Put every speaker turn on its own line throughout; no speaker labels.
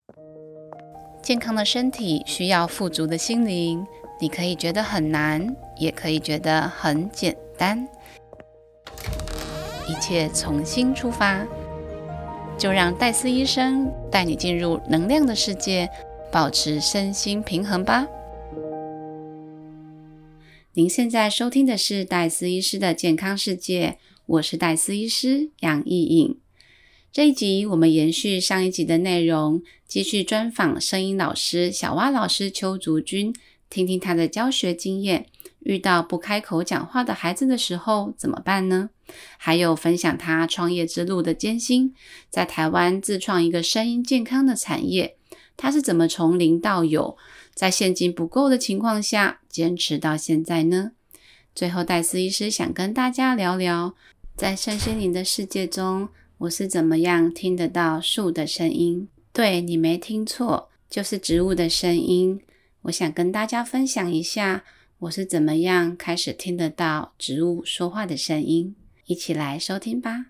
健康的身体需要富足的心灵，你可以觉得很难，也可以觉得很简单。一切从心出发，就让戴斯医生带你进入能量的世界，保持身心平衡吧。您现在收听的是戴斯医师的健康世界，我是戴斯医师杨艺颖。这一集我们延续上一集的内容，继续专访声音老师小蛙老师邱竹君，听听他的教学经验，遇到不开口讲话的孩子的时候怎么办呢？还有分享他创业之路的艰辛，在台湾自创一个声音健康的产业，他是怎么从零到有，在现金不够的情况下坚持到现在呢？最后戴斯医师想跟大家聊聊，在身心灵的世界中，我是怎么样听得到树的声音？对，你没听错，就是植物的声音。我想跟大家分享一下，我是怎么样开始听得到植物说话的声音。一起来收听吧。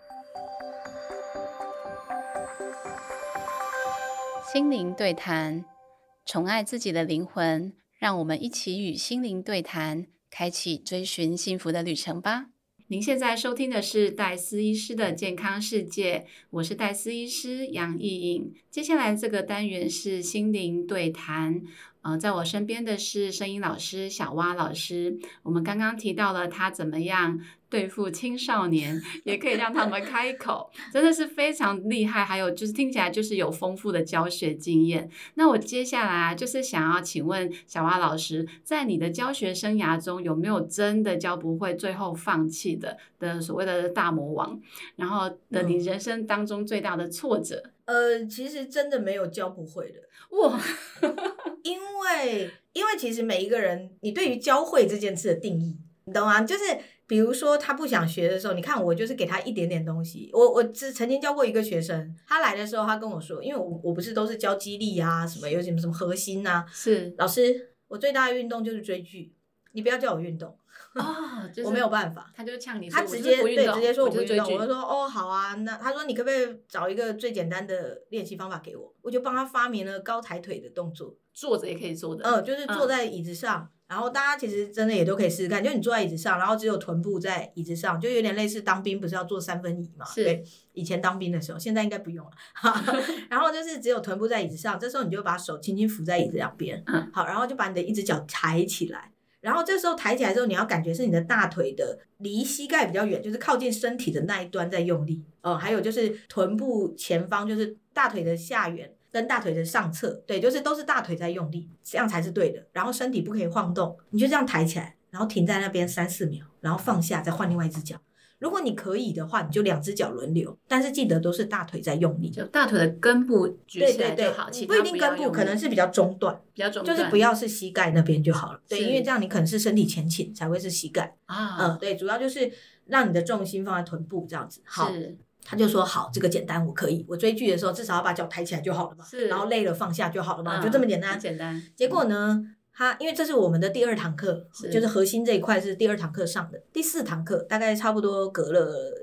心灵对谈，宠爱自己的灵魂，让我们一起与心灵对谈，开启追寻幸福的旅程吧。您现在收听的是戴斯医师的健康世界，我是戴斯医师杨艺颖。接下来这个单元是心灵对谈，在我身边的是声音老师小蛙老师。我们刚刚提到了他怎么样对付青少年，也可以让他们开口，真的是非常厉害。还有就是听起来就是有丰富的教学经验。那我接下来就是想要请问小蛙老师，在你的教学生涯中，有没有真的教不会，最后放弃的所谓的大魔王，然后你人生当中最大的挫折？
其实真的没有教不会的
哇，
因为其实每一个人，你对于教会这件事的定义，你懂吗？就是比如说他不想学的时候，你看我就是给他一点点东西。我曾经教过一个学生，他来的时候他跟我说，因为我不是都是教肌力啊，什么有什么核心啊，
是
老师，我最大的运动就是追剧，你不要叫我运动。就是、我没有办法，
他就呛你说，
他直接说我不运动，我就说哦好啊，那他说你可不可以找一个最简单的练习方法给我？我就帮他发明了高抬腿的动作，
坐着也可以做的，
就是坐在椅子上，然后大家其实真的也都可以试试看，就你坐在椅子上，然后只有臀部在椅子上，就有点类似当兵不是要坐3分椅嘛？对，以前当兵的时候，现在应该不用了。然后就是只有臀部在椅子上，这时候你就把手轻轻扶在椅子两边，好，然后就把你的一只脚抬起来。然后这时候抬起来之后，你要感觉是你的大腿的离膝盖比较远，就是靠近身体的那一端在用力。还有就是臀部前方，就是大腿的下缘跟大腿的上侧，对，就是都是大腿在用力，这样才是对的。然后身体不可以晃动，你就这样抬起来，然后停在那边3-4秒，然后放下，再换另外一只脚。如果你可以的话，你就2只脚轮流，但是记得都是大腿在用力，
就大腿的根部举起来就好，
对，不一定根部，可能是比较中段，就是不要是膝盖那边就好了。对，因为这样你可能是身体前倾才会是膝盖啊。对，主要就是让你的重心放在臀部这样子。好，他就说好，这个简单，我可以。我追剧的时候至少要把脚抬起来就好了嘛，然后累了放下就好了嘛，就这么简单。
简单。
结果呢？因为这是我们的第2堂课，就是核心这一块是第2堂课上的，第4堂课大概差不多隔了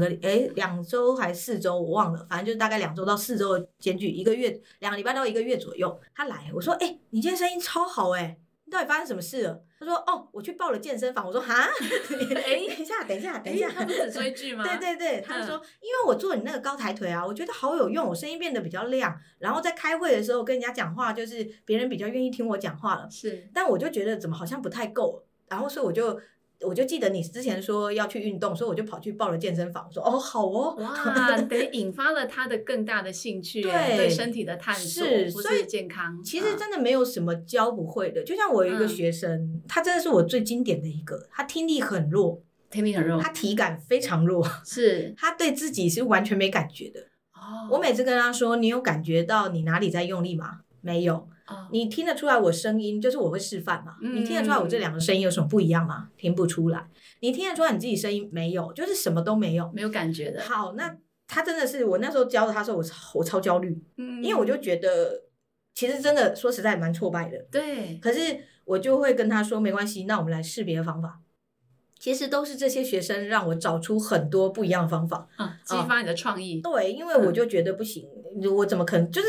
2周还4周我忘了，反正就是大概2周到4周的间距，2个礼拜到1个月左右。他来，我说你今天声音超好你到底发生什么事了？他说我去报了健身房。我说哈，等一下，
他不是只追剧吗？
对，他就说因为我做你那个高抬腿啊，我觉得好有用，我声音变得比较亮，然后在开会的时候跟人家讲话，就是别人比较愿意听我讲话了。
是，
但我就觉得怎么好像不太够，然后所以我就记得你之前说要去运动，所以我就跑去报了健身房。我说好
哇，得引发了他的更大的兴趣，对身体的探索，或是健康。
其实真的没有什么教不会的。就像我有一个学生，他真的是我最经典的一个，他听力很弱，他体感非常弱，
是
他对自己是完全没感觉的。我每次跟他说，你有感觉到你哪里在用力吗？没有。你听得出来我声音，就是我会示范嘛，你听得出来我这2个声音有什么不一样吗？听不出来。你听得出来你自己声音没有，就是什么都没有，
没有感觉的。
好，那他真的是，我那时候教他的时候我超焦虑，因为我就觉得其实真的说实在蛮挫败的。
对，
可是我就会跟他说没关系，那我们来试别的方法。其实都是这些学生让我找出很多不一样的方法，
激发你的创意。
对，因为我就觉得不行，我怎么可能就是不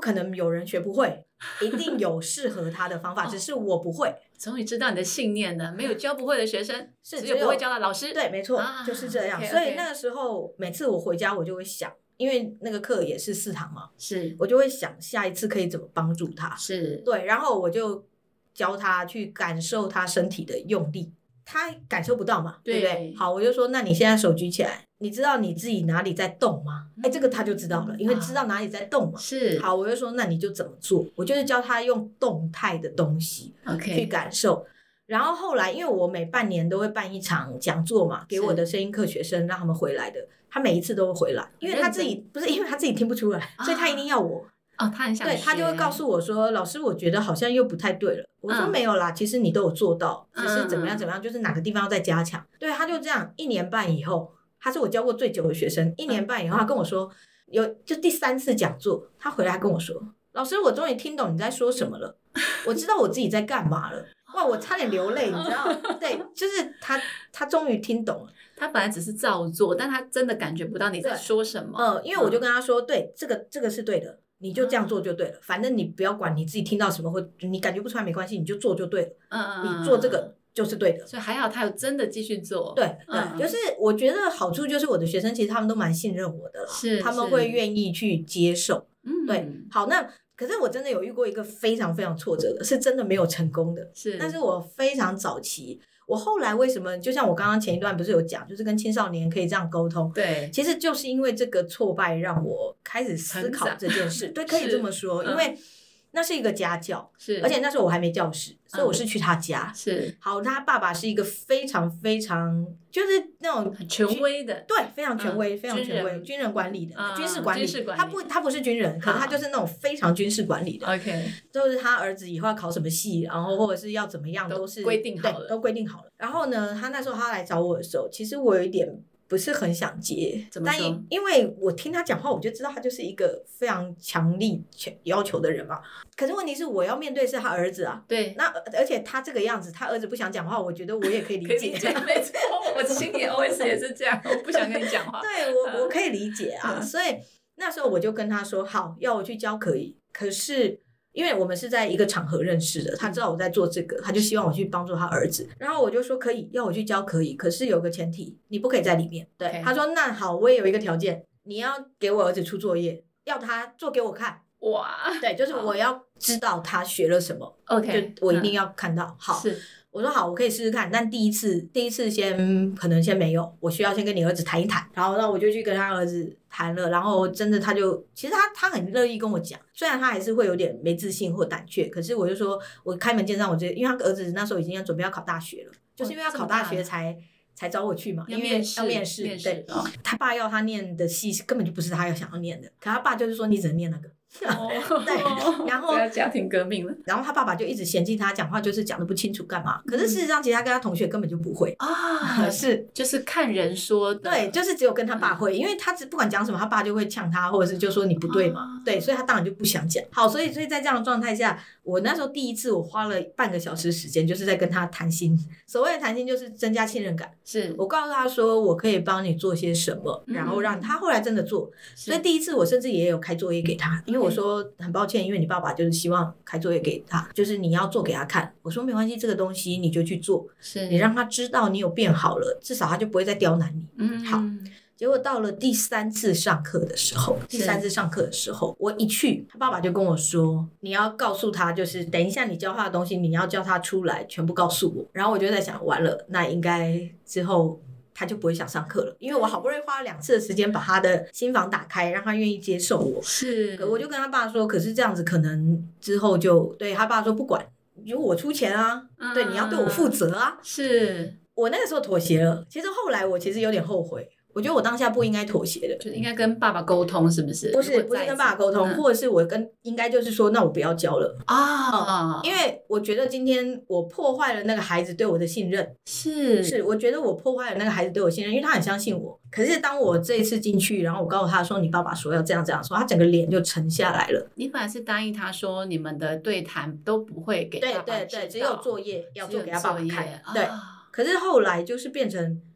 可能有人学不会，一定有适合他的方法，只是我不会。
终于知道你的信念了，没有教不会的学生，
是
只有不会教的老师。
对，没错，就是这样。所以那个时候每次我回家我就会想，因为那个课也是4堂嘛，
是
我就会想下一次可以怎么帮助他。
是，
对，然后我就教他去感受他身体的用力，他感受不到嘛，对不对？好，我就说那你现在手举起来，你知道你自己哪里在动吗？这个他就知道了，因为知道哪里在动嘛。
是，
好，我就说那你就怎么做？我就是教他用动态的东西去感受。然后后来，因为我每半年都会办一场讲座嘛，给我的声音课学生让他们回来的，他每一次都会回来，因为他自己不是因为他自己听不出来，所以他一定要我。
他很想学，
对，他就会告诉我说，老师我觉得好像又不太对了。我说没有啦，其实你都有做到，只是怎么样怎么样，就是哪个地方要再加强。对，他就这样1年半以后，他是我教过最久的学生，1年半以后他跟我说，就第3次讲座，他回来跟我说，老师我终于听懂你在说什么了，我知道我自己在干嘛了。哇，我差点流泪，你知道？对，就是他终于听懂了。
他本来只是照做，但他真的感觉不到你在说什么。
因为我就跟他说，对，这个是对的，你就这样做就对了。反正你不要管你自己听到什么，或你感觉不出来没关系，你就做就对了。你做这个就是对的。
所以还好他有真的继续做。
对对，就是我觉得好处就是我的学生其实他们都蛮信任我的啦，他们会愿意去接受。对，好，那可是我真的有遇过一个非常非常挫折的，是真的没有成功的。但是我非常早期，我后来为什么就像我刚刚前一段不是有讲，就是跟青少年可以这样沟通，
对，
其实就是因为这个挫败让我开始思考这件事。对，可以这么说，因为那是一个家教，而且那时候我还没教室，所以我是去他家。好，他爸爸是一个非常非常就是那种
很权威的，
对，非常权威，非常权威，军人管理的，军事管理。他不是军人，可是他就是那种非常军事管理的。
OK，
就是他儿子以后要考什么系，然后或者是要怎么样，都是
规定好了，
都规定好了。然后呢，他那时候他来找我的时候，其实我有一点不是很想接，但因为我听他讲话，我就知道他就是一个非常强力要求的人嘛。可是问题是，我要面对是他儿子啊。
对。
那而且他这个样子，他儿子不想讲话，我觉得我也可以理解。
没错，我心里 OS 也是这样，我不想跟你讲话。
对，我可以理解啊。所以那时候我就跟他说，好，要我去教可以，可是。因为我们是在一个场合认识的，他知道我在做这个，他就希望我去帮助他儿子，然后我就说可以，要我去教可以，可是有个前提，你不可以在里面。对，他说那好，我也有一个条件，你要给我儿子出作业，要他做给我看。
哇，
对，就是我要知道他学了什么。
OK，
就我一定要看到。好，我说好，我可以试试看，但第一次可能先没有，我需要先跟你儿子谈一谈。然后那我就去跟他儿子谈了，然后真的其实他很乐意跟我讲，虽然他还是会有点没自信或胆怯，可是我就说我开门见山，因为他儿子那时候已经准备要考大学了，就是因为要考大学才找我去嘛，因为要面试。对，他爸要他念的系根本就不是他想要念的，可他爸就是说你只能念那个。对，然后
家庭革命了。
然后他爸爸就一直嫌弃他讲话就是讲得不清楚干嘛，可是事实上其实他跟他同学根本就不会啊，
就是看人说的。
对，就是只有跟他爸会，因为他不管讲什么，他爸就会呛他，或者是就说你不对嘛。对，所以他当然就不想讲。好，所以在这样的状态下，我那时候第一次我花了半个小时时间，就是在跟他谈心。所谓的谈心就是增加信任感。我告诉他说我可以帮你做些什么，然后让他后来真的做。所以第一次我甚至也有开作业给他，因为我说很抱歉，因为你爸爸就是希望开作业给他，就是你要做给他看。我说没关系，这个东西你就去做，你让他知道你有变好了，至少他就不会再刁难你。好，结果到了第三次上课的时候，我一去，他爸爸就跟我说，你要告诉他，就是等一下你教他的东西，你要叫他出来全部告诉我。然后我就在想，完了，那应该之后他就不会想上课了，因为我好不容易花了2次的时间把他的心房打开，让他愿意接受我。我就跟他爸说，可是这样子可能之后就对他爸说不管，由我出钱啊，对，你要对我负责啊。我那个时候妥协了，其实后来我其实有点后悔。我觉得我当下不应该妥协的，
就应该跟爸爸沟通，是不是？
不是跟爸爸沟通，或者是我应该就是说，那我不要教了啊，因为我觉得今天我破坏了那个孩子对我的信任，我觉得我破坏了那个孩子对我信任，因为他很相信我。可是当我这一次进去，然后我告诉他说，你爸爸说要这样说，他整个脸就沉下来了。
你本来是答应他说，你们的对谈都不会给爸爸知道，
对，只有作业要做给他爸爸看，对。可是后来就是变成。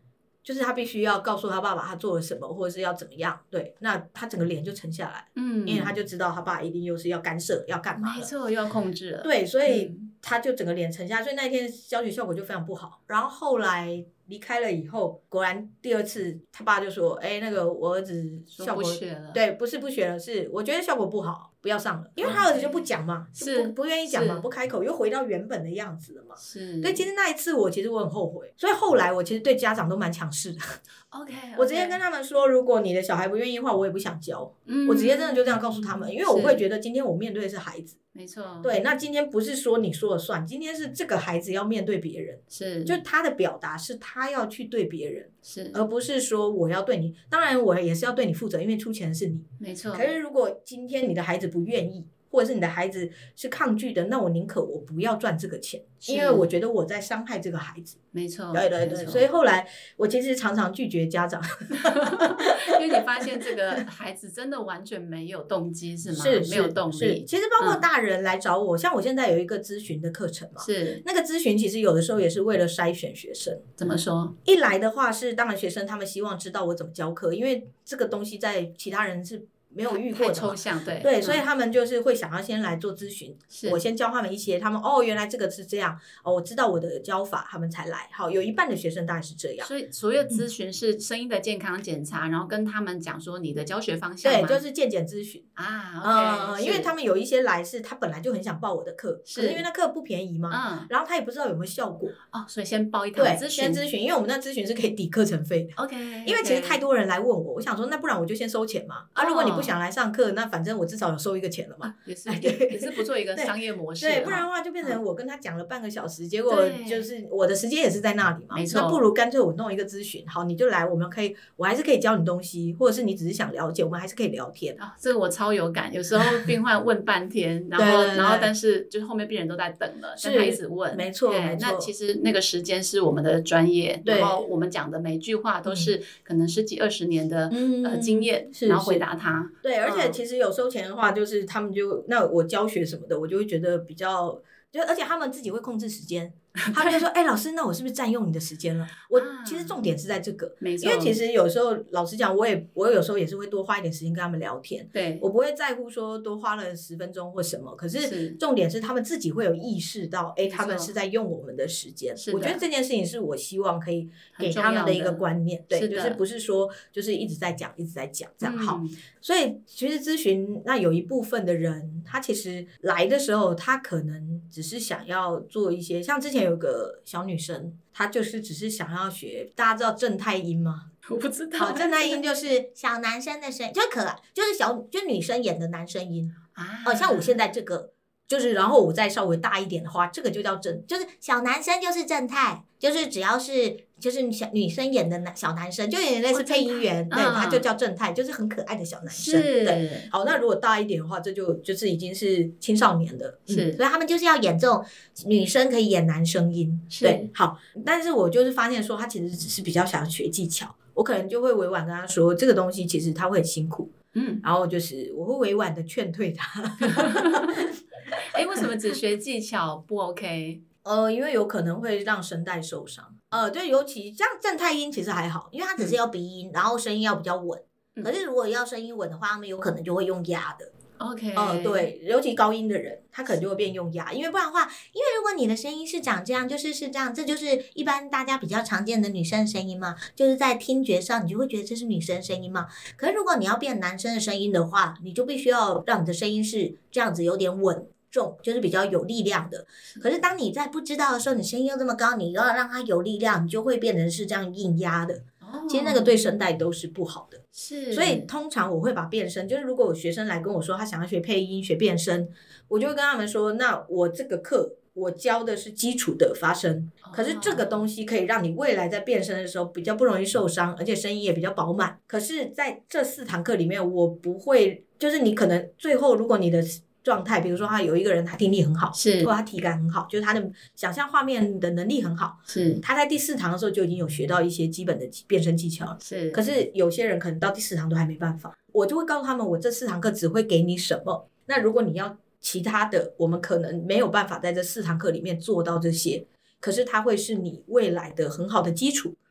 就是他必须要告诉他爸爸他做了什么，或者是要怎么样。对，那他整个脸就沉下来，因为他就知道他爸一定又是要干涉要干嘛了，
没错，又要控制了。
对，所以他就整个脸沉下，所以那一天教学效果就非常不好。然后后来离开了以后，果然第二次他爸就说：“哎，那个我儿子效果
不学了，
对，不是不学了，是我觉得效果不好，不要上了。”因为他儿子就不讲嘛，
是
不愿意讲嘛，不开口，又回到原本的样子了嘛。
是，
对，其实那一次其实我很后悔，所以后来我其实对家长都蛮强势的。
OK，
我直接跟他们说，如果你的小孩不愿意的话，我也不想教。我直接真的就这样告诉他们，因为我会觉得今天我面对的是孩子。
没错，
对，那今天不是说你说了算，今天是这个孩子要面对别人，
是，
就他的表达是他要去对别人，
是，
而不是说我要对你，当然我也是要对你负责，因为出钱的是你，
没错。
可是如果今天你的孩子不愿意，或者是你的孩子是抗拒的，那我宁可我不要赚这个钱，因为我觉得我在伤害这个孩子。
没错，
对对对，所以后来我其实常常拒绝家长，
因为你发现这个孩子真的完全没有动机，是吗？
是
没有动力。
其实包括大人来找我，像我现在有一个咨询的课程嘛，
是
那个咨询其实有的时候也是为了筛选学生。
怎么说？
一来的话是，当然学生他们希望知道我怎么教课，因为这个东西在其他人是没有遇过的，
太抽象，对
对，所以他们就是会想要先来做咨询，我先教他们一些，他们原来这个是这样，我知道我的教法，他们才来。好，有一半的学生大概是这样。
所以所谓的咨询是声音的健康检查，然后跟他们讲说你的教学方向吗？
对，就是健检咨询
啊。
因为他们有一些来是他本来就很想报我的课，可是因为那课不便宜嘛，然后他也不知道有没有效果
所以先报一堂咨询，
先咨询，因为我们那咨询是可以抵课程费的。
OK，
因为其实太多人来问我，我想说那不然我就先收钱嘛。如果你不想来上课，那反正我至少有收一个钱了嘛。
也是不做一个商业模式。
对，不然的话就变成我跟他讲了半个小时，结果就是我的时间也是在那里嘛。
没错，
那不如干脆我弄一个咨询，好，你就来，我还是可以教你东西，或者是你只是想了解，我们还是可以聊天。
这个我超有感，有时候病患问半天，然后但是就是后面病人都在等了，但他一直问，
没错。
那其实那个时间是我们的专业，然后我们讲的每句话都是可能10几20年的经验，然后回答他。
对，而且其实有收钱的话，就是他们那我教学什么的，我就会觉得比较。而且他们自己会控制时间，他们就说：“老师，那我是不是占用你的时间了？”其实重点是在这个，因为其实有时候老实讲，我有时候也是会多花一点时间跟他们聊天。
对，
我不会在乎说多花了10分钟或什么，可是重点是他们自己会有意识到，他们是在用我们的时间。我觉得这件事情是我希望可以给他们的一个观念，对，就是不是说就是一直在讲这样好。所以其实咨询那有一部分的人，他其实来的时候，他可能只是想要做一些，像之前有个小女生，她就是只是想要学，大家知道正太音吗？
我不知道。
正太音就是小男生的声音，就是可爱，就是女生演的男生音像我现在这个。就是然后我再稍微大一点的话，这个就叫就是小男生就是正太，就是只要是就是女生演的小男生，就有点类似配音员，对，他就叫正太，就是很可爱的小男生。对，好，那如果大一点的话，这就是已经是青少年的，所以他们就是要演这种女生可以演男生音，对，好，但是我就是发现说，他其实只是比较想学技巧，我可能就会委婉跟他说，这个东西其实他会很辛苦，然后就是我会委婉的劝退他。
为什么只学技巧不 OK？
因为有可能会让声带受伤。对，尤其像正太音其实还好，因为它只是要鼻音，然后声音要比较稳。可是如果要声音稳的话，他们有可能就会用压的。
OK，
对，尤其高音的人，他可能就会变用压，因为不然的话，因为如果你的声音是长这样，是这样，这就是一般大家比较常见的女生声音嘛，就是在听觉上你就会觉得这是女生声音嘛。可是如果你要变男生的声音的话，你就必须要让你的声音是这样子，有点稳重，就是比较有力量的。可是当你在不知道的时候，你声音又这么高，你要让它有力量，你就会变成是这样硬压的。其实那个对声带都是不好的，所以通常我会把变声，就是如果有学生来跟我说他想要学配音、学变声，我就会跟他们说，那我这个课我教的是基础的发声，可是这个东西可以让你未来在变声的时候比较不容易受伤，而且声音也比较饱满。可是在这4堂课里面，我不会，就是你可能最后如果你的状态，比如说他有一个人他听力很好，或者他体感很好，就是他的想象画面的能力很好，他在第4堂的时候就已经有学到一些基本的变声技巧了。可是有些人可能到第4堂都还没办法，我就会告诉他们，我这4堂课只会给你什么，那如果你要其他的，我们可能没有办法在这4堂课里面做到这些，可是它会是你未来的很好的基础。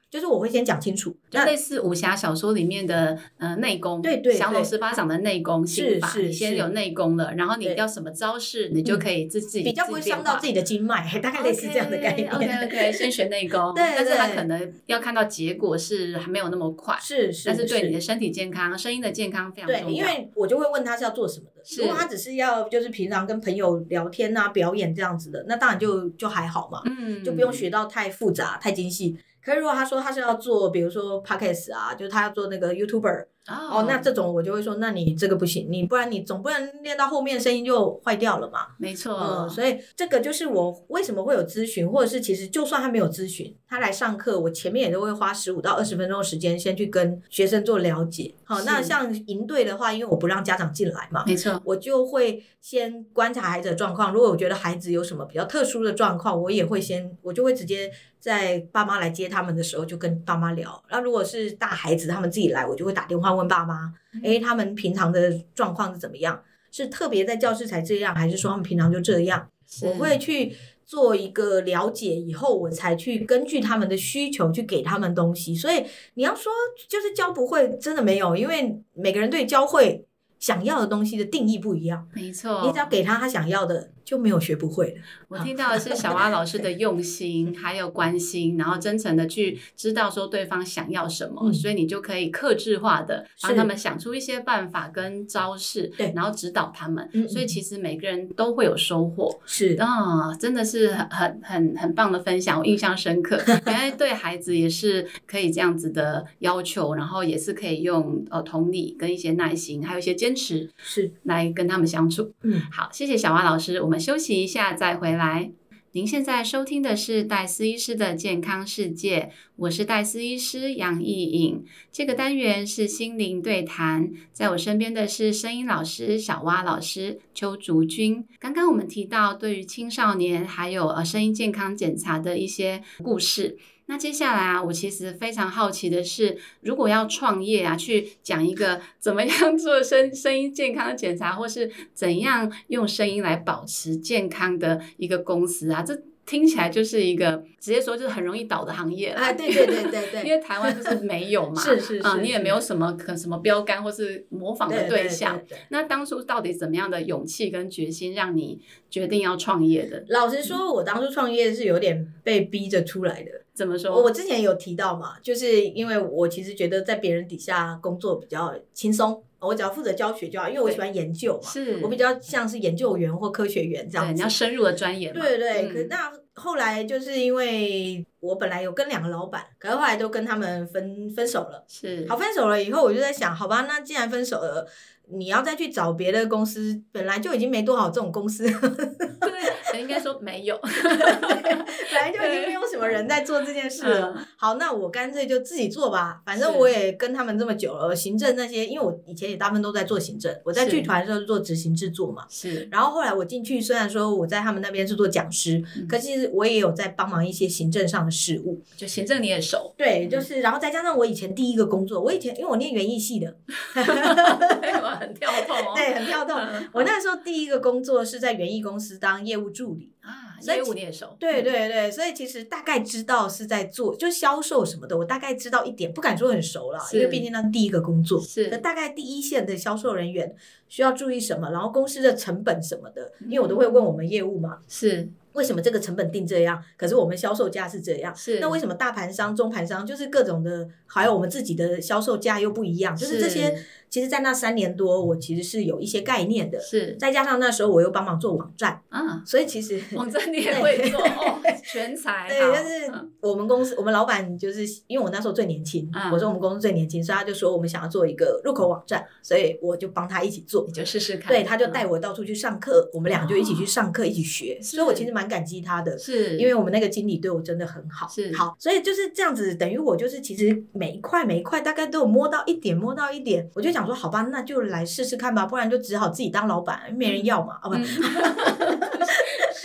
就是我会先讲清楚，
就类似武侠小说里面的内功，
对对，
降龙十八掌的内功心法，你先有内功了，然后你要什么招式，你就可以自己
比较不会伤到自己的经脉，大概类似这样的概念。
OK， 先学内功，
对，
但是他可能要看到结果是还没有那么快，
是，
但是对你的身体健康、声音的健康非常重要。
对，因为我就会问他是要做什么的，如果他只是要就是平常跟朋友聊天啊、表演这样子的，那当然就还好嘛，就不用学到太复杂、太精细。可是如果他说他是要做，比如说 podcast 啊，就是他要做那个 YouTuber。那这种我就会说，那你这个不行，不然你总不能练到后面声音就坏掉了嘛。
没错，
所以这个就是我为什么会有咨询，或者是其实就算他没有咨询，他来上课，我前面也都会花15到20分钟的时间先去跟学生做了解。好，那像营队的话，因为我不让家长进来嘛，
没错，
我就会先观察孩子的状况。如果我觉得孩子有什么比较特殊的状况，我就会直接在爸妈来接他们的时候就跟爸妈聊。那如果是大孩子他们自己来，我就会打电话问爸妈，他们平常的状况是怎么样？是特别在教室才这样，还是说他们平常就这样？我会去做一个了解以后，我才去根据他们的需求去给他们东西。所以你要说就是教不会，真的没有，因为每个人对教会想要的东西的定义不一样。
没错，
你只要给他想要的，就没有学不会的。
我听到的是小蛙老师的用心还有关心，然后真诚的去知道说对方想要什么，所以你就可以客制化的帮他们想出一些办法跟招式，然后指导他们，所以其实每个人都会有收获。
是
真的是很棒的分享，我印象深刻。原来对孩子也是可以这样子的要求，然后也是可以用同理跟一些耐心还有一些坚持
是
来跟他们相处。好，谢谢小蛙老师，我们休息一下再回来。您现在收听的是戴思医师的健康世界，我是戴思医师杨艺颖。这个单元是心灵对谈，在我身边的是声音老师小蛙老师邱竹君。刚刚我们提到对于青少年还有声音健康检查的一些故事，那接下来我其实非常好奇的是，如果要创业去讲一个怎么样做声音健康的检查，或是怎样用声音来保持健康的一个公司这听起来就是一个直接说就是很容易倒的行业啦。
对，
因为台湾就是没有嘛，
是
你也没有什么标杆或是模仿的对象。那当初到底怎么样的勇气跟决心让你决定要创业的？
老实说，我当初创业是有点被逼着出来的。
怎么说？
我之前有提到嘛，就是因为我其实觉得在别人底下工作比较轻松，我只要负责教学就好，因为我喜欢研究嘛，我比较像是研究员或科学员这样子。
对，你要深入的钻研嘛。
对，可那后来就是因为我本来有跟2个老板，可是后来都跟他们分手了。
是，
好，分手了以后我就在想，好吧，那既然分手了，你要再去找别的公司，本来就已经没多少这种公司。
对，应该说没有。
本来就已经没有什么人在做这件事了。好，那我干脆就自己做吧，反正我也跟他们这么久了，行政那些，因为我以前也大部分都在做行政，我在剧团的时候做执行制作嘛。
是。
然后后来我进去，虽然说我在他们那边是做讲师，可其实我也有在帮忙一些行政上的事务。
就行政你也熟。
对，就是，然后再加上我以前第一个工作，因为我念园艺系的。
很跳痛哦。
对，很跳痛。我那时候第一个工作是在园艺公司当业务助理。
业务你也熟。
对，所以其实大概知道是在做就销售什么的，我大概知道一点，不敢说很熟了，因为毕竟那是第一个工作。
是。
大概第一线的销售人员需要注意什么，然后公司的成本什么的，因为我都会问我们业务嘛。
是。
为什么这个成本定这样，可是我们销售价是这样？
是。
那为什么大盘商、中盘商就是各种的，还有我们自己的销售价又不一样？就是这些，其实在那3年多，我其实是有一些概念的。
是。
再加上那时候我又帮忙做网站所以其实
网站你也会做全才。
对，就是我们公司我们老板就是因为我那时候最年轻，我说我们公司最年轻，所以他就说我们想要做一个入口网站，所以我就帮他一起做。
你就试试看。
对，他就带我到处去上课，我们俩就一起去上课，一起学。所以我其实蛮感激他的，
是
因为我们那个经理对我真的很好。
是。
好，所以就是这样子，等于我就是其实每一块大概都有摸到一点，我就想说好吧，那就来试试看吧，不然就只好自己当老板，没人要嘛。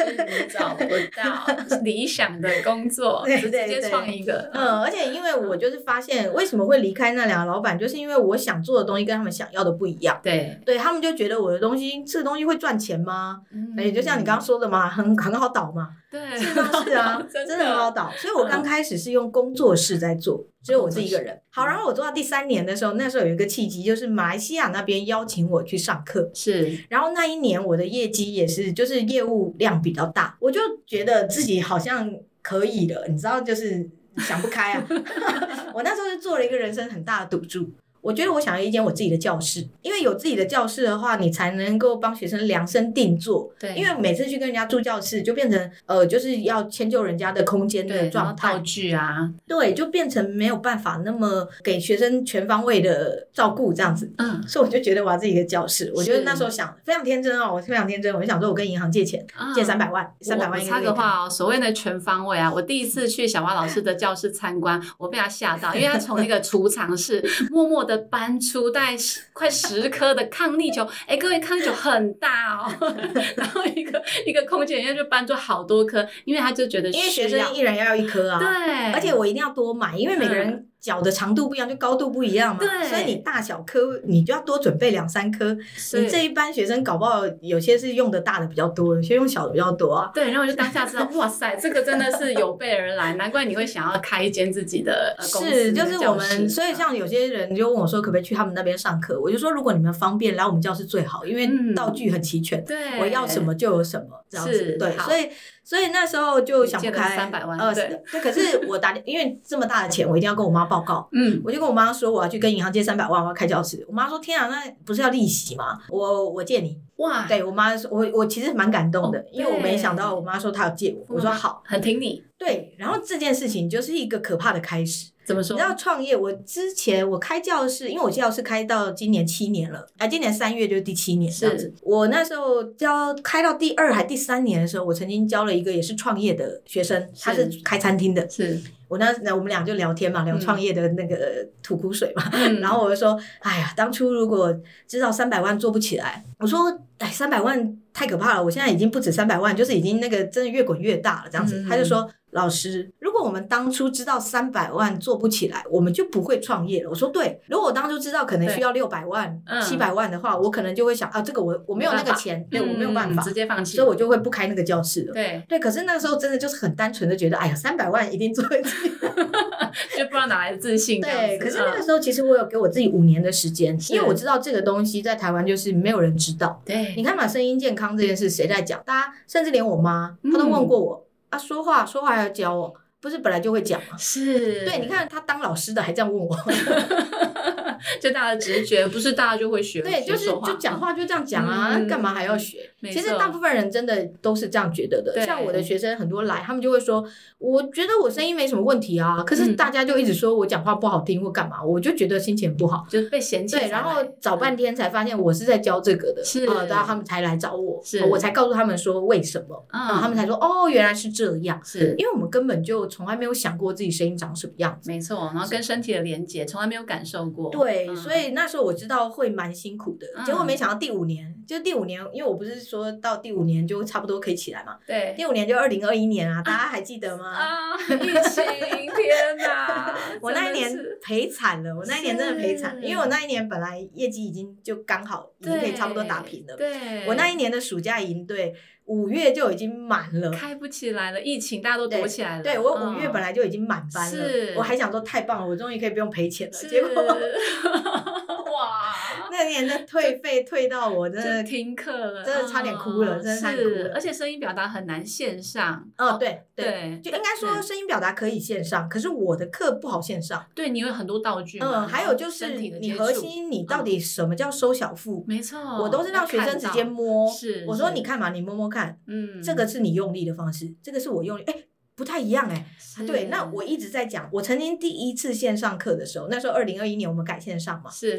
师你找不到理想的工作，直接创一个。
而且因为我就是发现为什么会离开那两个老板，就是因为我想做的东西跟他们想要的不一样。对，他们就觉得我的东西，这个东西会赚钱吗？就像你刚刚说的嘛，很好倒嘛。
对，
是啊，真的很好倒。所以我刚开始是用工作室在做，只有我自己一个人。好，然后我做到第3年的时候，那时候有一个契机，就是马来西亚那边邀请我去上课。
是，
然后那一年我的业绩也是，就是业务量比较大，我就觉得自己好像可以了，你知道，就是想不开啊。我那时候就做了一个人生很大的赌注。我觉得我想要一间我自己的教室，因为有自己的教室的话，你才能够帮学生量身定做。
对，
因为每次去跟人家住教室，就变成就是要迁就人家的空间的状态，
道具啊，
对，就变成没有办法那么给学生全方位的照顾这样子。所以我就觉得我要自己的教室。我觉得那时候想非常天真哦，我非常天真，我就想说我跟银行借钱，借300万，300万一个月。
我插个话哦，所谓的全方位啊，我第一次去小蛙老师的教室参观，我被他吓到，因为他从那个储藏室默默的搬出大概快10颗的抗力球，各位抗力球很大哦，然后一个空间里面就搬出好多颗，因为他就觉得
因为学生一人要1颗啊，
对，
而且我一定要多买，因为每个人脚的长度不一样，就高度不一样嘛，
对，
所以你大小颗你就要多准备2-3颗。你这一班学生搞不好有些是用的大的比较多，有些用小的比较多啊。
对，然后我就当下知道，哇塞，这个真的是有备而来，难怪你会想要开一间自己的公司。
是，就是我们，所以像有些人就问我说，可不可以去他们那边上课？我就说，如果你们方便来我们教室最好，因为道具很齐全，
对，
我要什么就有什么，这样子。对，所以那时候就想不开
，300万，
对。可是我因为这么大的钱，我一定要跟我妈报告。我就跟我妈说，我要去跟银行借300万，我要开教室。我妈说：“天啊，那不是要利息吗？我借你。”
哇，
对，我妈说，我其实蛮感动的，因为我没想到我妈说她要借我，我说好，
很挺你。
对，然后这件事情就是一个可怕的开始。
怎么说？
你知道创业，我之前我开教室，因为我教室开到今年7年了，今年3月就是第7年这样子。我那时候开到第2还第3年的时候，我曾经教了一个也是创业的学生，他是开餐厅的。
是。
我们俩就聊天嘛，聊创业的那个吐苦水嘛。然后我就说，哎呀，当初如果知道300万做不起来，我说，300万太可怕了，我现在已经不止300万，就是已经那个真的越滚越大了这样子。他就说，老师，如果我们当初知道300万做不起来，我们就不会创业了。我说对，如果我当初知道可能需要600万、700万的话，我可能就会想这个我没有那个钱，对，我没有办法，
直接放弃，
所以我就会不开那个教室了。
对，
可是那个时候真的就是很单纯的觉得，哎呀，300万一定做得起。
就不知道哪来的自信。
对，可是那个时候其实我有给我自己5年的时间，因为我知道这个东西在台湾就是没有人知道。
对，
你看嘛，声音健康这件事谁在讲？大家甚至连我妈，她都问过我说话还要教我，不是本来就会讲吗？
是，
对，你看她当老师的还这样问我。
就大家的直觉，不是大家就会学。
对，就讲话就这样讲啊，干嘛还要学？其实大部分人真的都是这样觉得的。像我的学生很多来，他们就会说，我觉得我声音没什么问题啊，可是大家就一直说我讲话不好听或干嘛，我就觉得心情不好，
就被嫌弃。
对，然后找半天才发现我是在教这个的，然后他们才来找我，我才告诉他们说为什么，然后他们才说原来是这样，
是
因为我们根本就从来没有想过自己声音长什么样子。
没错，然后跟身体的连结从来没有感受过。
对，所以那时候我知道会蛮辛苦的，结果没想到第5年，就是第5年，因为我不是说到第5年就差不多可以起来嘛。
对，
第5年就2021年啊，大家还记得吗？
疫情，天哪！
我那一年赔惨了，我那一年真的赔惨了，因为我那一年本来业绩已经就刚好已经可以差不多打平了。
对，
我那一年的暑假营队5月就已经满了，
开不起来了，疫情大家都躲起来了。
对，我5月本来就已经满班了，我还想说太棒了，我终于可以不用赔钱了。结果哇，那年的退费退到我真的
停课了，
真的差点哭了，真的差点哭了。
而且声音表达很难线上。
对，就应该说声音表达可以线上，可是我的课不好线上。
对，你有很多道具。
还有就是你核心，你到底什么叫收小腹？
没错，
我都是让学生直接摸。
是，
我说你看嘛，你摸摸看，这个是你用力的方式，这个是我用力，不太一样对，那我一直在讲，我曾经第1次线上课的时候，那时候2021年我们改线上嘛，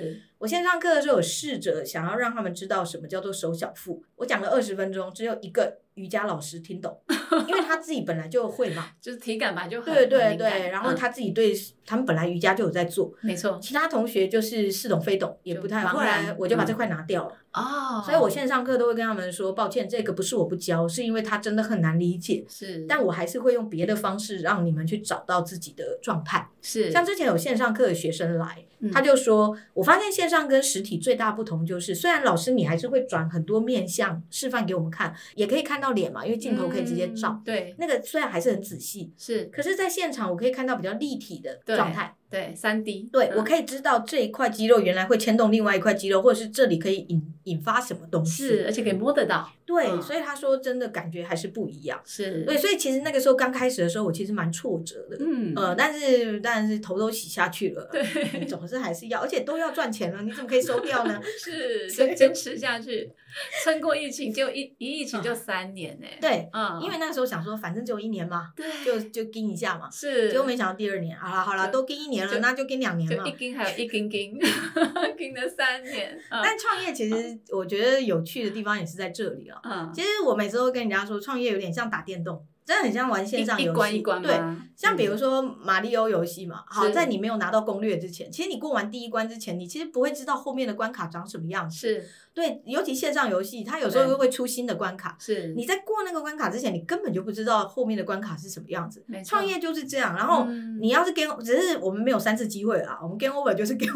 我线上课的时候有试着想要让他们知道什么叫做手小腹，我讲了20分钟，只有一个瑜伽老师听懂，因为他自己本来就会嘛，
就是体感吧，就很
对对
很敏感
对，然后他自己对、他们本来瑜伽就有在做，
没错，
其他同学就是似懂非懂，也不太。后来我就把这块拿掉了。所以我线上课都会跟他们说，抱歉，这个不是我不教，是因为他真的很难理解，
是，
但我还是会用别的方式让你们去找到自己的状态。
是，
像之前有线上课的学生来，他就说，我发现线上跟实体最大不同就是，虽然老师你还是会转很多面向示范给我们看，也可以看到脸嘛，因为镜头可以直接照，
对，
那个虽然还是很仔细，
是，
可是在现场我可以看到比较立体的状态。
对 3D，
对，我可以知道这一块肌肉原来会牵动另外一块肌肉，或者是这里可以引发什么东西，
是，而且可以摸得到。
对，所以他说真的感觉还是不一样。
是，
对，所以其实那个时候刚开始的时候，我其实蛮挫折的。但是头都洗下去了。对，总是还是要，而且都要赚钱了，你怎么可以收掉呢？
是，就坚持下去，撑过疫情就一疫情就3年呢。
对，因为那时候想说，反正只有1年嘛，
对，
就盯一下嘛。
是，
结果没想到第2年，好了，都盯1年了，那就盯2年嘛。
就一盯还有一盯，盯了3年。
但创业其实我觉得有趣的地方也是在这里了。其实我每次都跟人家说，创业有点像打电动，真的很像玩线上游戏，
一关一关吗？
对，像比如说马里奥游戏嘛，好，在你没有拿到攻略之前，其实你过完第1关之前，你其实不会知道后面的关卡长什么样子。
是，
对，尤其线上游戏，它有时候会出新的关卡，
是，
你在过那个关卡之前，你根本就不知道后面的关卡是什么样子。创业就是这样，然后你要是 只是我们没有3次机会啦，我们 game over 就是 game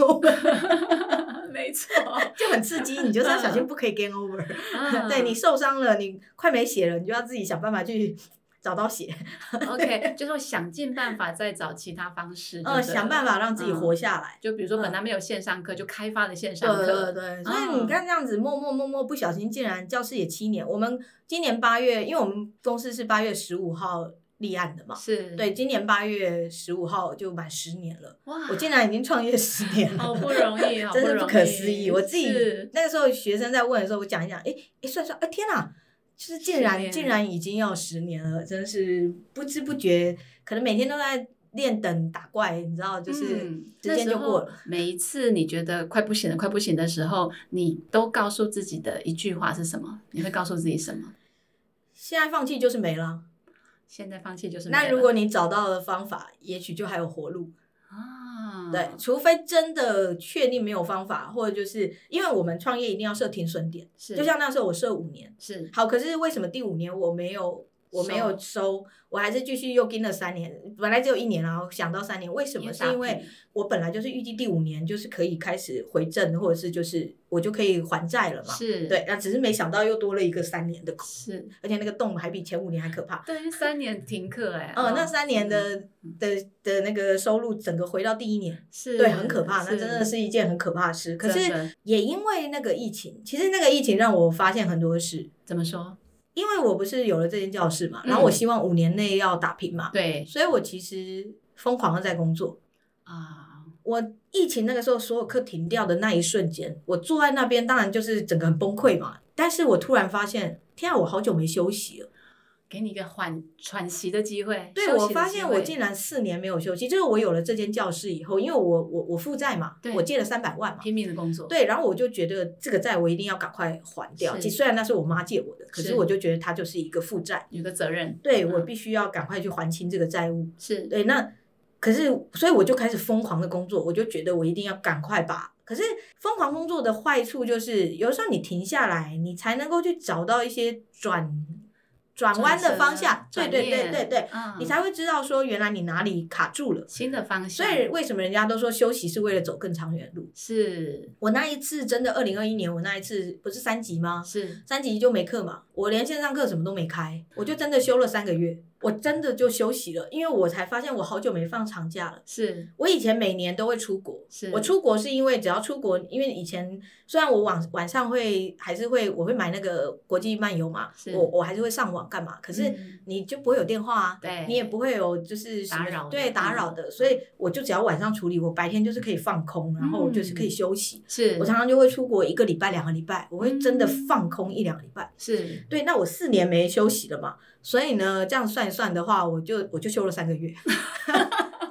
over。
没错，
就很刺激，你就是要小心不可以 game over。对，你受伤了，你快没血了，你就要自己想办法去找到血。
OK， 就说想尽办法再找其他方式，
想办法让自己活下来。
就比如说本来没有线上课，就开发了线上课。
对，所以你看这样子，默不小心，竟然教室也7年。我们今年8月，因为我们公司是8月15号。立案的嘛，
是，
对，今年8月15号就满10年了。哇，我竟然已经创业10年了，
好不容易，
真是不可思议。我自己那个时候学生在问的时候，我讲一讲，算，天哪，就是竟然已经要10年了，真是不知不觉，可能每天都在练等打怪，你知道，就是时间就过了。
每一次你觉得快不行的时候，你都告诉自己的一句话是什么？你会告诉自己什么？
现在放弃就是没了。
现在放弃就是没了。
那如果你找到了方法，也许就还有活路啊。对，除非真的确定没有方法，或者就是因为我们创业一定要设停损点，就像那时候我设5年，
是
好，可是为什么第5年我没有收，我还是继续又跟了3年，本来只有1年，然后想到3年，为什么？是因为我本来就是预计第5年就是可以开始回正，或者是就是我就可以还债了嘛。是，对，那只是没想到又多了一个3年的，是，而且那个洞还比前5年还可怕。
对，3年停课
那3年的那个收入整个回到第1年，是，对，很可怕，那真的是一件很可怕的事。可是也因为那个疫情，其实那个疫情让我发现很多事。
怎么说？
因为我不是有了这间教室嘛，然后我希望5年内要打平嘛，
对，
所以我其实疯狂的在工作啊。我疫情那个时候所有课停掉的那一瞬间，我坐在那边，当然就是整个很崩溃嘛。但是我突然发现，天啊，我好久没休息了。
给你一个喘息的机会。
对，我发现我竟然4年没有休息，就是我有了这间教室以后，因为我负债嘛，我借了300万嘛，
拼命的工作。
对，然后我就觉得这个债我一定要赶快还掉。虽然那是我妈借我的，可是我就觉得它就是一个负债，
有个责任。
对，我必须要赶快去还清这个债务。
是
对，那可是所以我就开始疯狂的工作，我就觉得我一定要赶快把。可是疯狂工作的坏处就是，有时候你停下来，你才能够去找到一些转弯的方向，对，你才会知道说原来你哪里卡住了，
新的方向。
所以为什么人家都说休息是为了走更长远路？
是
我那一次真的2021年，我那一次不是3级吗？
是
3级就没课嘛，我连线上课什么都没开，我就真的休了3个月。我真的就休息了，因为我才发现我好久没放长假了。是我以前每年都会出国，我出国是因为只要出国，因为以前虽然我晚上我会买那个国际漫游嘛，我还是会上网干嘛，可是你就不会有电话啊，你也不会有就是打扰的，所以我就只要晚上处理，我白天就是可以放空，然后就是可以休息。我常常就会出国1个礼拜2个礼拜，我会真的放空1-2个礼拜。是对，那我4年没休息了嘛，所以呢这样算一算的话，我就休了3个月。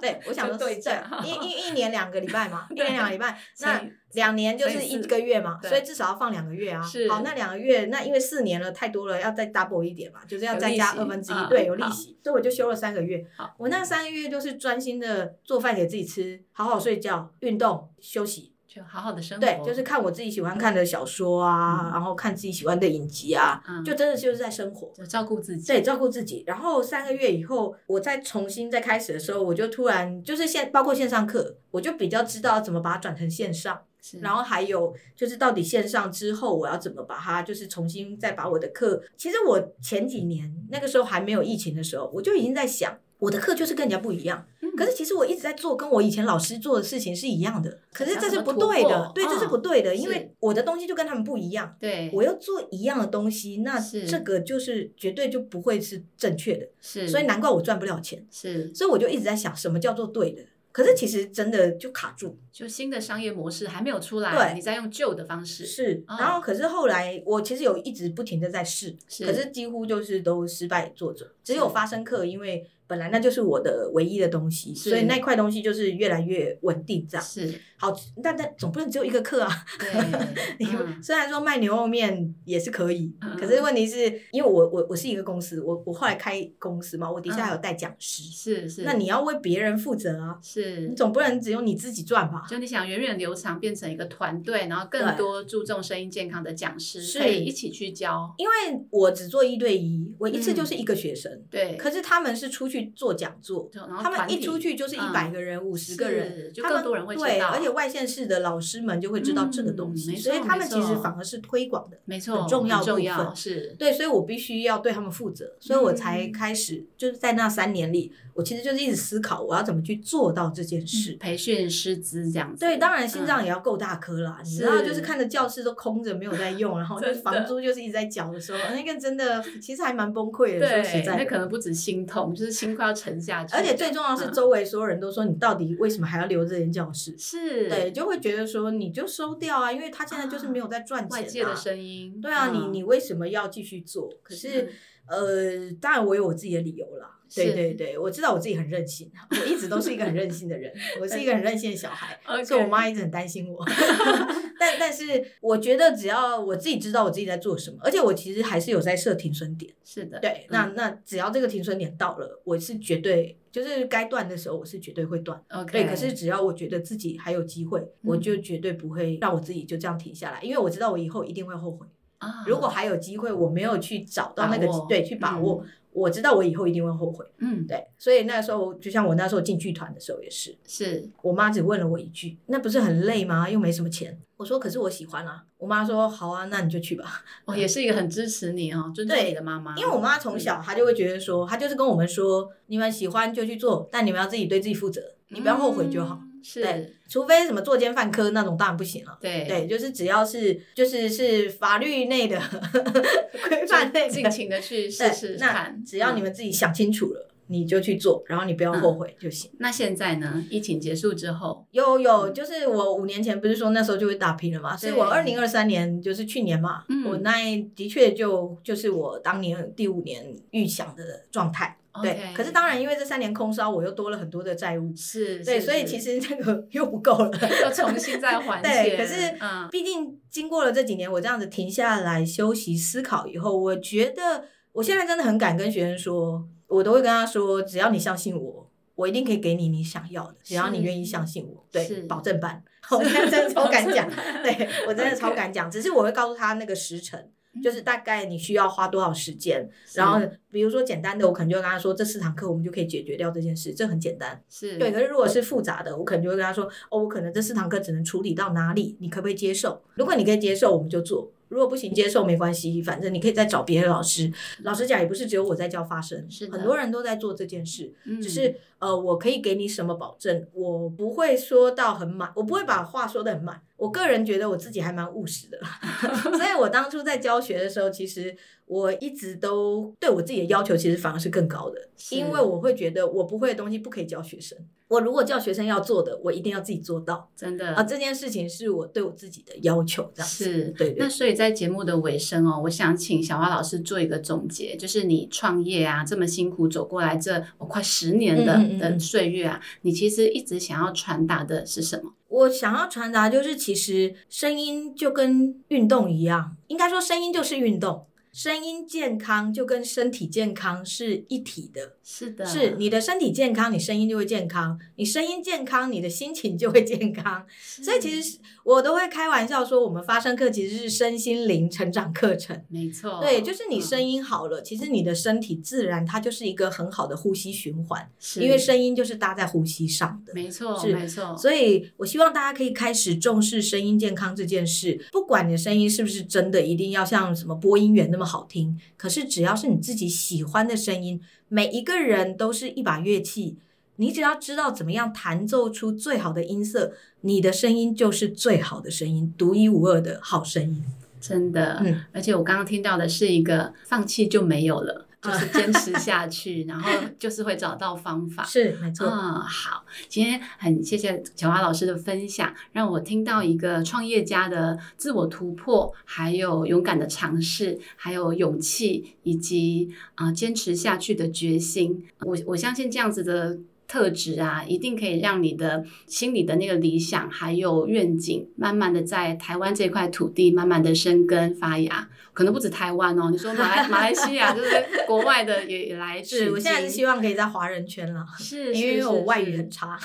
对，我想说
对
一年2个礼拜嘛，1年2个礼拜，那2年就是1个月嘛，所以至少要放2个月啊。好，那2个月，那因为4年了太多了，要再 double 一点嘛，就是要再加1/2，对，有利息，所以我就休了3个月。我那3个月就是专心的做饭给自己吃，好好睡觉，运动，休息。
就好好的生活，
对，就是看我自己喜欢看的小说啊，然后看自己喜欢的影集啊，就真的就是在生活，
就照顾自己，
对，照顾自己。然后3个月以后，我再重新再开始的时候，我就突然就是包括线上课，我就比较知道怎么把它转成线上。然后还有就是到底线上之后我要怎么把它就是重新再把我的课，其实我前几年那个时候还没有疫情的时候，我就已经在想我的课就是跟人家不一样，可是其实我一直在做跟我以前老师做的事情是一样的，可是这是不对的，对，这是不对的，因为我的东西就跟他们不一样，
对，
我要做一样的东西，那这个就是绝对就不会是正确的，
是，
所以难怪我赚不了钱，
是，
所以我就一直在想什么叫做对的。可是其实真的就卡住，
就新的商业模式还没有出来，你在用旧的方式
是，然后可是后来我其实有一直不停的在试，可是几乎就是都失败作者，只有发声课，因为本来那就是我的唯一的东西，所以那块东西就是越来越稳定这样。
是，
好，但总不能只有一个课啊。对，虽然说卖牛肉面也是可以，可是问题是因为我是一个公司，我后来开公司嘛，我底下有带讲师，是，那你要为别人负责啊，
是，
你总不能只有你自己赚吧？
就你想源远流长变成一个团队，然后更多注重声音健康的讲师可以一起去教，
因为我只做1对1，我一次就是1个学生，
对，
可是他们是出去做讲座，他们一出去就是100个人、50个人，
就更多人会知道，
对，而且外县市的老师们就会知道这个东西，所以他们其实反而是推广的，
没错，
很重要部分，
是，
对，所以我必须要对他们负责，所以我才开始就是在那3年里，我其实就是一直思考我要怎么去做到这件事，
培训师资这样子，
对，当然心脏也要够大颗啦，你知道，就是看着教室都空着没有在用，然后就是房租就是一直在缴的时候，那个真的其实还蛮崩溃的，说实在的，
那可能不止心痛，就是心快要沉下去，
而且最重要的是周围所有人都说你到底为什么还要留这间教室，
是，
对，就会觉得说你就收掉啊，因为他现在就是没有在赚钱，
外界的声音，
对啊，你为什么要继续做？可是当然我有我自己的理由啦。对对对，我知道我自己很任性，我一直都是一个很任性的人，我是一个很任性的小孩，所以我妈一直很担心我。但是我觉得只要我自己知道我自己在做什么，而且我其实还是有在设停损点。
是的，
对，那只要这个停损点到了，我是绝对就是该断的时候，我是绝对会断。对，可是只要我觉得自己还有机会，我就绝对不会让我自己就这样停下来，因为我知道我以后一定会后悔。如果还有机会，我没有去找到那个对去把握。我知道我以后一定会后悔，对，所以那时候就像我那时候进剧团的时候也是我妈只问了我一句，那不是很累吗？又没什么钱。我说可是我喜欢啊。我妈说好啊，那你就去吧。
也是一个很支持你尊重你的妈妈。
因为我妈从小她就会觉得说，她就是跟我们说，你们喜欢就去做，但你们要自己对自己负责，你不要后悔就好。对，除非什么作奸犯科那种当然不行了。对，就是只要是是法律内的规范内的，
尽情的去试试看。
只要你们自己想清楚了，你就去做，然后你不要后悔就行。
那现在呢？疫情结束之后，
有，就是我5年前不是说那时候就会打拼了嘛，所以我2023年就是去年嘛，我那的确就是我当年第5年预想的状态。对，可是当然因为这3年空烧，我又多了很多的债务，对，所以其实那个又不够了，
又重新再还钱。
对，可是毕竟经过了这几年，我这样子停下来休息思考以后，我觉得我现在真的很敢跟学生说，我都会跟他说，只要你相信我，我一定可以给你想要的，只要你愿意相信我，对，保证班。我现在真的超敢讲，对，我真的超敢讲，只是我会告诉他那个时程。就是大概你需要花多少时间，然后比如说简单的，我可能就会跟他说，这4堂课我们就可以解决掉这件事，这很简单。对，可是如果是复杂的，我可能就会跟他说，我可能这4堂课只能处理到哪里，你可不可以接受？如果你可以接受，我们就做。如果不行接受没关系，反正你可以再找别的老师。老实讲，也不是只有我在教发声，很多人都在做这件事。只是我可以给你什么保证？我不会说到很满，我不会把话说得很满， 我个人觉得我自己还蛮务实的所以我当初在教学的时候，其实我一直都对我自己的要求其实反而是更高的，因为我会觉得我不会的东西不可以教学生，我如果教学生要做的，我一定要自己做到，
真的
这件事情是我对我自己的要求，这样子
是。
对。
那所以在节目的尾声我想请小花老师做一个总结，就是你创业啊这么辛苦走过来这快10年的岁月啊，你其实一直想要传达的是什么？
我想要传达就是其实声音就跟运动一样，应该说声音就是运动，声音健康就跟身体健康是一体的。
是的，
是你的身体健康，你声音就会健康，你声音健康，你的心情就会健康。所以其实我都会开玩笑说，我们发声课其实是身心灵成长课程。
没错，
对，就是你声音好了，其实你的身体自然它就是一个很好的呼吸循环，因为声音就是搭在呼吸上的。
没错，
是
没错。
所以我希望大家可以开始重视声音健康这件事，不管你的声音是不是真的一定要像什么播音员那么好听，可是只要是你自己喜欢的声音，每一个人都是一把乐器，你只要知道怎么样弹奏出最好的音色，你的声音就是最好的声音，独一无二的好声音。
真的，而且我刚刚听到的是一个放弃就没有了，就是坚持下去然后就是会找到方法。
是，没错。
好，今天很谢谢小花老师的分享，让我听到一个创业家的自我突破，还有勇敢的尝试，还有勇气，以及坚持下去的决心。我相信这样子的特质啊，一定可以让你的心里的那个理想还有愿景慢慢的在台湾这块土地慢慢的生根发芽，可能不止台湾你说马来西亚就是国外的也来取经。
是，我现在是希望可以在华人圈了，
是
因为我外语很差。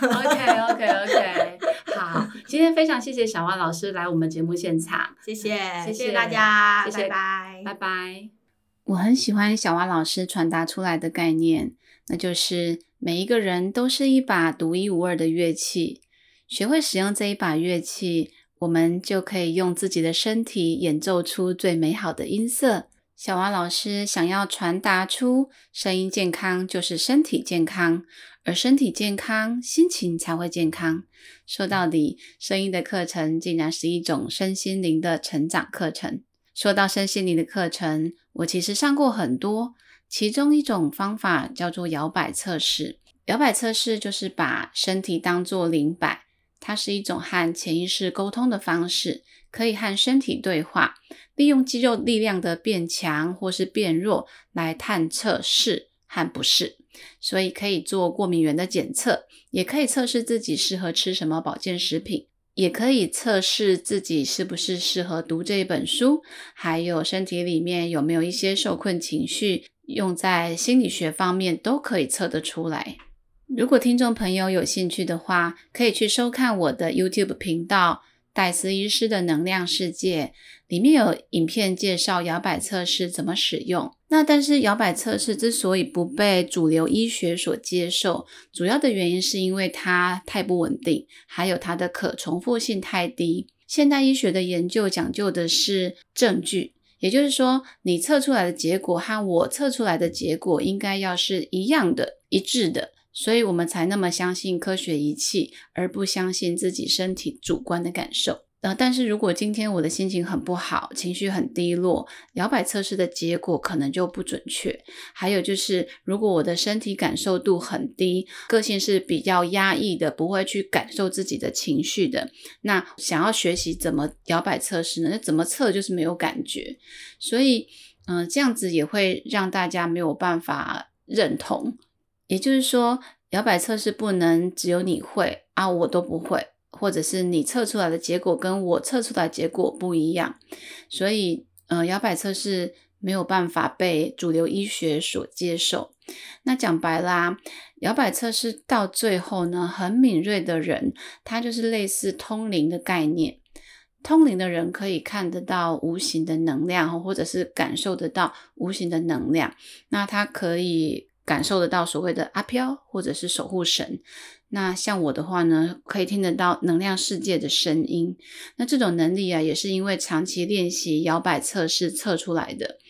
OK 好，今天非常谢谢小花老师来我们节目现场，
谢谢大家，
谢谢，
拜拜。
我很喜欢小花老师传达出来的概念，那就是每一个人都是一把独一无二的乐器，学会使用这一把乐器，我们就可以用自己的身体演奏出最美好的音色。小花老师想要传达出声音健康就是身体健康，而身体健康，心情才会健康。说到底，声音的课程竟然是一种身心灵的成长课程。说到身心灵的课程，我其实上过很多，其中一种方法叫做摇摆测试。摇摆测试就是把身体当作灵摆，它是一种和潜意识沟通的方式，可以和身体对话，利用肌肉力量的变强或是变弱来探测是和不是。所以可以做过敏原的检测，也可以测试自己适合吃什么保健食品，也可以测试自己是不是适合读这一本书，还有身体里面有没有一些受困情绪，用在心理学方面都可以测得出来。如果听众朋友有兴趣的话，可以去收看我的 YouTube 频道戴斯医师的能量世界，里面有影片介绍摇摆测试怎么使用。那但是摇摆测试之所以不被主流医学所接受，主要的原因是因为它太不稳定，还有它的可重复性太低。现代医学的研究讲究的是证据，也就是说你测出来的结果和我测出来的结果应该要是一样的、一致的，所以我们才那么相信科学仪器，而不相信自己身体主观的感受。但是如果今天我的心情很不好，情绪很低落，摇摆测试的结果可能就不准确。还有就是如果我的身体感受度很低，个性是比较压抑的，不会去感受自己的情绪的，那想要学习怎么摇摆测试呢？那怎么测就是没有感觉。所以这样子也会让大家没有办法认同。也就是说摇摆测试不能只有你会我都不会，或者是你测出来的结果跟我测出来的结果不一样，所以摇摆测试没有办法被主流医学所接受。那讲白啦，摇摆测试到最后呢，很敏锐的人，他就是类似通灵的概念。通灵的人可以看得到无形的能量，或者是感受得到无形的能量，那他可以感受得到所谓的阿飘或者是守护神。那像我的话呢，可以听得到能量世界的声音。那这种能力也是因为长期练习摇摆测试测出来的。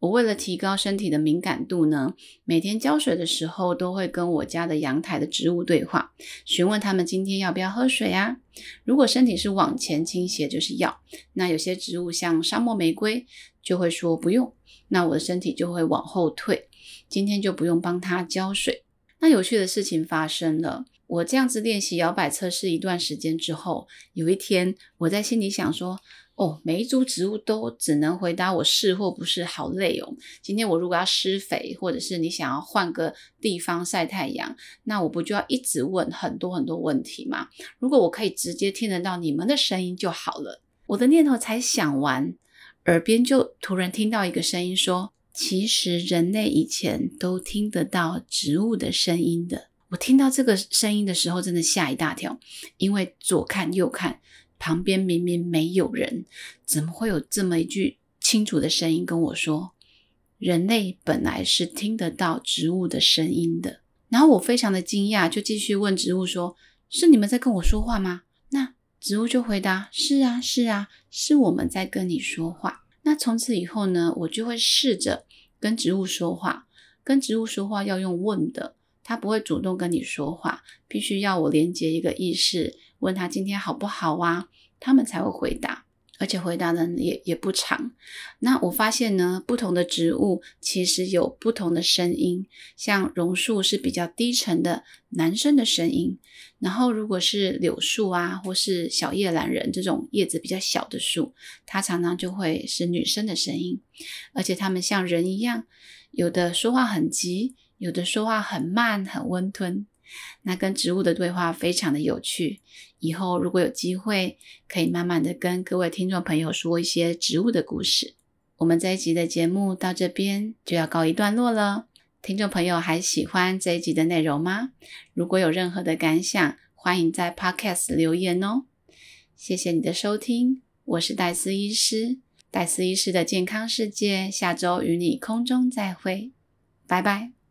我为了提高身体的敏感度呢，每天浇水的时候都会跟我家的阳台的植物对话，询问他们今天要不要喝水啊。如果身体是往前倾斜就是要，那有些植物像沙漠玫瑰就会说不用，那我的身体就会往后退，今天就不用帮它浇水。那有趣的事情发生了，我这样子练习摇摆测试一段时间之后，有一天我在心里想说，每一株植物都只能回答我是或不是，好累哦。今天我如果要施肥，或者是你想要换个地方晒太阳，那我不就要一直问很多很多问题吗？如果我可以直接听得到你们的声音就好了。我的念头才想完，耳边就突然听到一个声音说，其实人类以前都听得到植物的声音的。我听到这个声音的时候真的吓一大跳，因为左看右看，旁边明明没有人，怎么会有这么一句清楚的声音跟我说，人类本来是听得到植物的声音的。然后我非常的惊讶，就继续问植物说，是你们在跟我说话吗？那植物就回答，是啊是啊，是我们在跟你说话。那从此以后呢，我就会试着跟植物说话，跟植物说话要用问的，他不会主动跟你说话，必须要我连接一个意识，问他今天好不好啊，他们才会回答，而且回答的也不长。那我发现呢，不同的植物其实有不同的声音，像榕树是比较低沉的男生的声音，然后如果是柳树啊，或是小叶懒人这种叶子比较小的树，它常常就会是女生的声音。而且它们像人一样，有的说话很急，有的说话很慢很温吞。那跟植物的对话非常的有趣，以后如果有机会可以慢慢的跟各位听众朋友说一些植物的故事。我们这一集的节目到这边就要告一段落了，听众朋友还喜欢这一集的内容吗？如果有任何的感想，欢迎在 Podcast 留言哦。谢谢你的收听，我是戴斯医师，戴斯医师的健康世界，下周与你空中再会，拜拜。